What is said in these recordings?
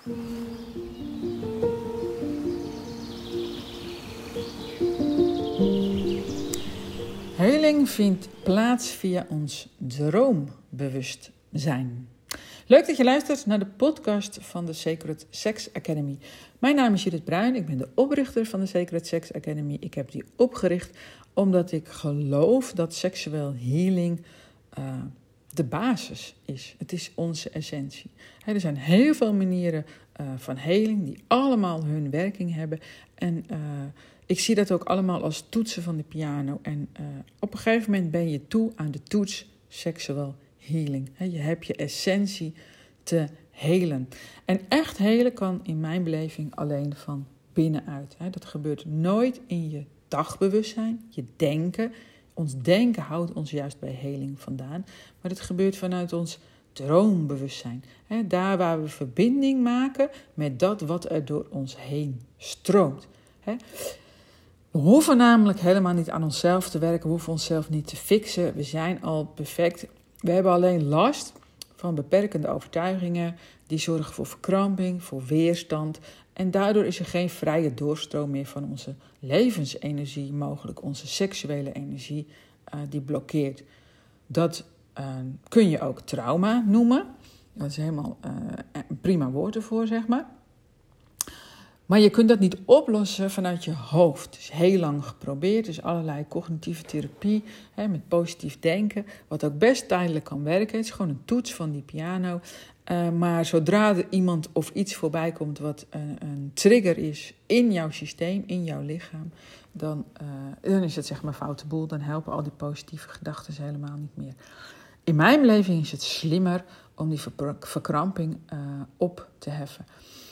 Heling vindt plaats via ons droombewustzijn. Leuk dat je luistert naar de podcast van de Sacred Sex Academy. Mijn naam is Judith Bruin, ik ben de oprichter van de Sacred Sex Academy. Ik heb die opgericht omdat ik geloof dat seksueel healing de basis is. Het is onze essentie. Er zijn heel veel manieren van heling die allemaal hun werking hebben. En ik zie dat ook allemaal als toetsen van de piano. En op een gegeven moment ben je toe aan de toets seksueel healing. Je hebt je essentie te helen. En echt helen kan in mijn beleving alleen van binnenuit. Dat gebeurt nooit in je dagbewustzijn, je denken. Ons denken houdt ons juist bij heling vandaan. Maar het gebeurt vanuit ons droombewustzijn. Daar waar we verbinding maken met dat wat er door ons heen stroomt. We hoeven namelijk helemaal niet aan onszelf te werken. We hoeven onszelf niet te fixen. We zijn al perfect. We hebben alleen last van beperkende overtuigingen. Die zorgen voor verkramping, voor weerstand. En daardoor is er geen vrije doorstroom meer van onze levensenergie mogelijk. Onze seksuele energie die blokkeert. Dat kun je ook trauma noemen. Dat is helemaal een prima woord ervoor, zeg maar. Maar je kunt dat niet oplossen vanuit je hoofd. Het is heel lang geprobeerd. Dus allerlei cognitieve therapie met positief denken. Wat ook best tijdelijk kan werken. Het is gewoon een toets van die piano. Maar zodra er iemand of iets voorbij komt wat een trigger is in jouw systeem, in jouw lichaam, dan is het zeg maar foute boel. Dan helpen al die positieve gedachten helemaal niet meer. In mijn beleving is het slimmer om die verkramping op te heffen.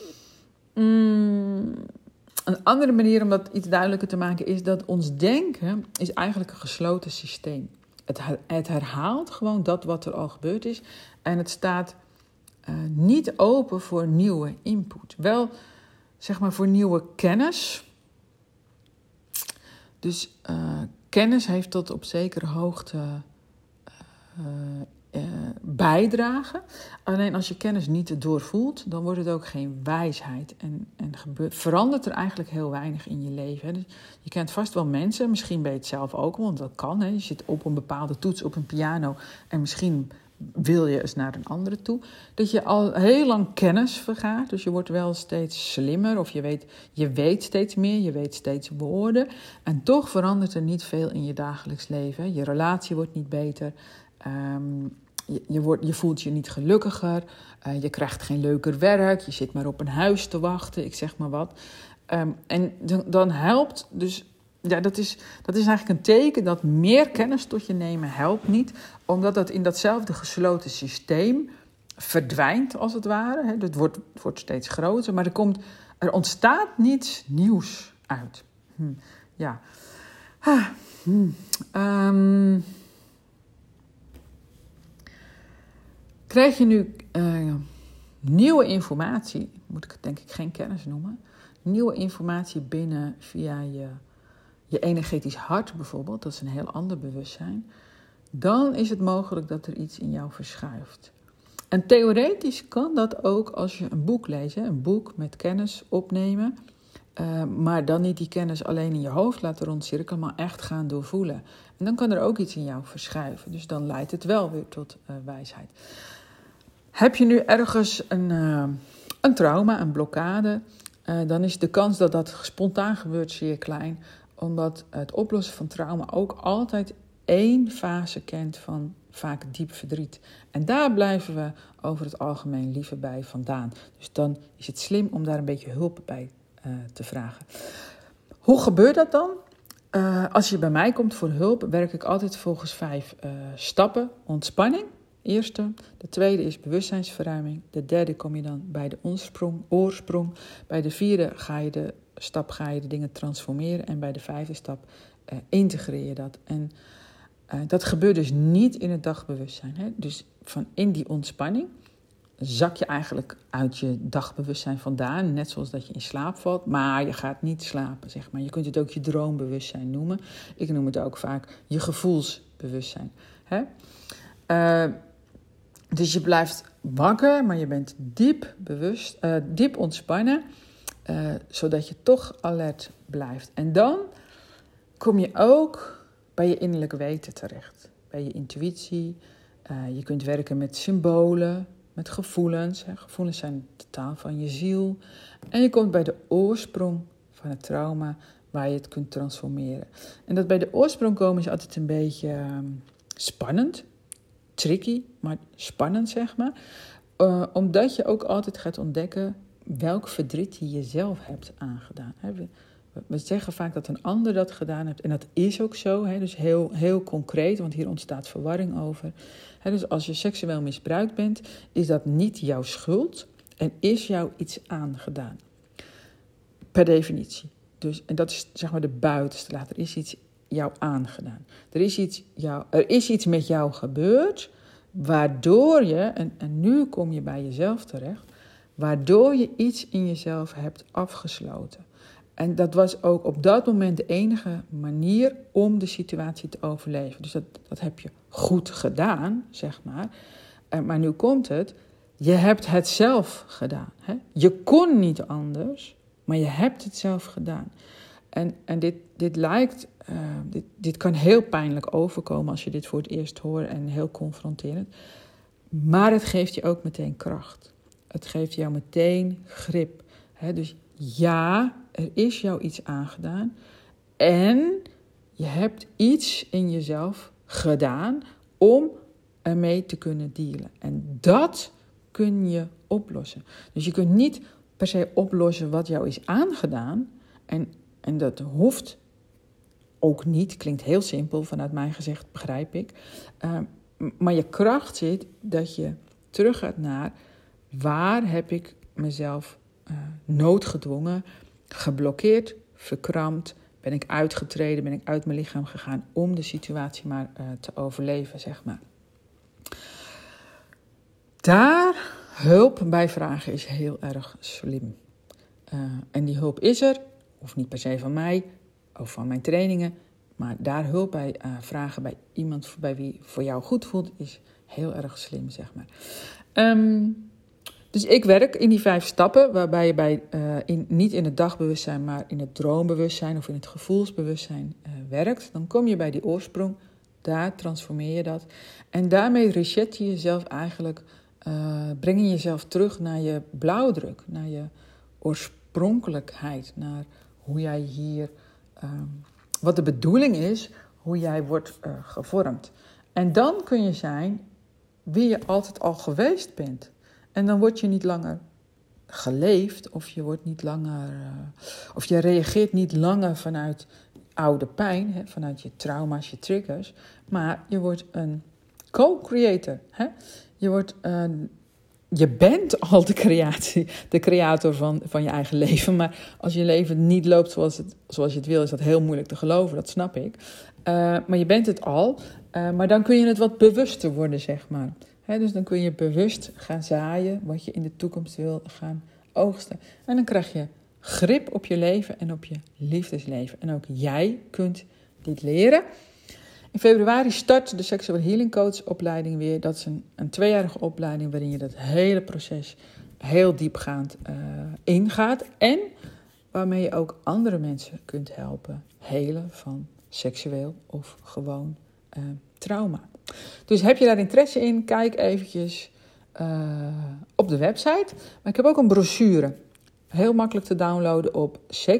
Een andere manier om dat iets duidelijker te maken is dat ons denken is eigenlijk een gesloten systeem. Het herhaalt gewoon dat wat er al gebeurd is en het staat niet open voor nieuwe input. Wel, zeg maar, voor nieuwe kennis. Dus kennis heeft tot op zekere hoogte bijdragen. Alleen als je kennis niet doorvoelt, dan wordt het ook geen wijsheid. En verandert er eigenlijk heel weinig in je leven. Dus je kent vast wel mensen, misschien ben je het zelf ook, want dat kan. Je zit op een bepaalde toets op een piano en misschien wil je eens naar een andere toe. Dat je al heel lang kennis vergaart. Dus je wordt wel steeds slimmer of je weet steeds meer, je weet steeds woorden. En toch verandert er niet veel in je dagelijks leven. Je relatie wordt niet beter. Je voelt je niet gelukkiger. Je krijgt geen leuker werk. Je zit maar op een huis te wachten. Ik zeg maar wat. En dan helpt dus. Ja, dat is eigenlijk een teken dat meer kennis tot je nemen helpt niet. Omdat dat in datzelfde gesloten systeem verdwijnt als het ware. Het wordt steeds groter. Maar er ontstaat niets nieuws uit. Ja. Krijg je nu nieuwe informatie, moet ik het denk ik geen kennis noemen, nieuwe informatie binnen via je energetisch hart bijvoorbeeld, dat is een heel ander bewustzijn, dan is het mogelijk dat er iets in jou verschuift. En theoretisch kan dat ook als je een boek leest, een boek met kennis opnemen, maar dan niet die kennis alleen in je hoofd laten rondcirkelen, maar echt gaan doorvoelen. En dan kan er ook iets in jou verschuiven, dus dan leidt het wel weer tot wijsheid. Heb je nu ergens een trauma, een blokkade, dan is de kans dat dat spontaan gebeurt zeer klein. Omdat het oplossen van trauma ook altijd één fase kent van vaak diep verdriet. En daar blijven we over het algemeen liever bij vandaan. Dus dan is het slim om daar een beetje hulp bij te vragen. Hoe gebeurt dat dan? Als je bij mij komt voor hulp, werk ik altijd volgens 5 stappen. Ontspanning. Eerste. De tweede is bewustzijnsverruiming. De derde kom je dan bij de oorsprong. Bij de vierde ga je de dingen transformeren. En bij de 5e stap integreer je dat. En dat gebeurt dus niet in het dagbewustzijn. Dus van in die ontspanning zak je eigenlijk uit je dagbewustzijn vandaan. Net zoals dat je in slaap valt. Maar je gaat niet slapen, zeg maar. Je kunt het ook je droombewustzijn noemen. Ik noem het ook vaak je gevoelsbewustzijn. Dus je blijft wakker, maar je bent diep ontspannen, zodat je toch alert blijft. En dan kom je ook bij je innerlijke weten terecht, bij je intuïtie. Je kunt werken met symbolen, met gevoelens. Gevoelens zijn de taal van je ziel. En je komt bij de oorsprong van het trauma, waar je het kunt transformeren. En dat bij de oorsprong komen is altijd een beetje spannend, tricky, maar spannend, zeg maar. Omdat je ook altijd gaat ontdekken welk verdriet je jezelf hebt aangedaan. We zeggen vaak dat een ander dat gedaan heeft. En dat is ook zo. Dus heel, heel concreet, want hier ontstaat verwarring over. Dus als je seksueel misbruikt bent, is dat niet jouw schuld. En is jou iets aangedaan. Per definitie. En dat is zeg maar de buitenste laag. Er is iets jou aangedaan. Er is iets met jou gebeurd, waardoor je, en nu kom je bij jezelf terecht, waardoor je iets in jezelf hebt afgesloten. En dat was ook op dat moment de enige manier om de situatie te overleven. Dus dat heb je goed gedaan, zeg maar. Maar nu komt het, je hebt het zelf gedaan. Je kon niet anders, maar je hebt het zelf gedaan. En dit kan heel pijnlijk overkomen als je dit voor het eerst hoort en heel confronterend. Maar het geeft je ook meteen kracht. Het geeft jou meteen grip. Dus ja, er is jou iets aangedaan. En je hebt iets in jezelf gedaan om ermee te kunnen dealen. En dat kun je oplossen. Dus je kunt niet per se oplossen wat jou is aangedaan. En dat hoeft ook niet. Klinkt heel simpel, vanuit mijn gezicht begrijp ik. Maar je kracht zit dat je terug gaat naar waar heb ik mezelf noodgedwongen, geblokkeerd, verkrampt, ben ik uitgetreden, ben ik uit mijn lichaam gegaan om de situatie maar te overleven, zeg maar. Daar hulp bij vragen is heel erg slim. En die hulp is er, hoeft niet per se van mij of van mijn trainingen, maar daar hulp bij vragen bij iemand bij wie voor jou goed voelt, is heel erg slim, zeg maar. Dus ik werk in die 5 stappen, waarbij je niet in het dagbewustzijn, maar in het droombewustzijn of in het gevoelsbewustzijn werkt. Dan kom je bij die oorsprong, daar transformeer je dat. En daarmee reset je jezelf eigenlijk, breng je jezelf terug naar je blauwdruk, naar je oorspronkelijkheid, naar hoe jij hier, wat de bedoeling is, hoe jij wordt gevormd. En dan kun je zijn wie je altijd al geweest bent. En dan word je niet langer geleefd of je wordt niet langer, of je reageert niet langer vanuit oude pijn, vanuit je trauma's, je triggers, maar je wordt een co-creator. Je bent al de creator van je eigen leven, maar als je leven niet loopt zoals je het wil, is dat heel moeilijk te geloven, dat snap ik. Maar je bent het al, maar dan kun je het wat bewuster worden, zeg maar. Dus dan kun je bewust gaan zaaien wat je in de toekomst wil gaan oogsten. En dan krijg je grip op je leven en op je liefdesleven. En ook jij kunt dit leren. In februari start de Sexual Healing Coach opleiding weer. Dat is een 2-jarige opleiding waarin je dat hele proces heel diepgaand ingaat. En waarmee je ook andere mensen kunt helpen helen van seksueel of gewoon trauma. Dus heb je daar interesse in, kijk eventjes op de website. Maar ik heb ook een brochure. Heel makkelijk te downloaden op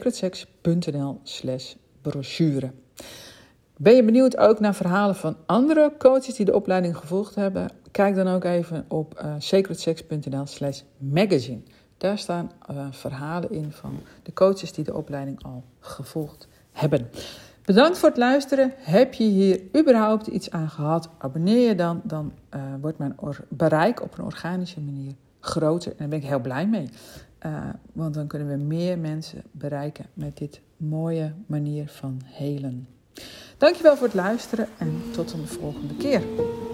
sacredsex.nl/brochure. Ben je benieuwd ook naar verhalen van andere coaches die de opleiding gevolgd hebben? Kijk dan ook even op sacredsex.nl/magazine. Daar staan verhalen in van de coaches die de opleiding al gevolgd hebben. Bedankt voor het luisteren. Heb je hier überhaupt iets aan gehad? Abonneer je dan wordt mijn bereik op een organische manier groter. En daar ben ik heel blij mee. Want dan kunnen we meer mensen bereiken met dit mooie manier van helen. Dankjewel voor het luisteren en tot een volgende keer.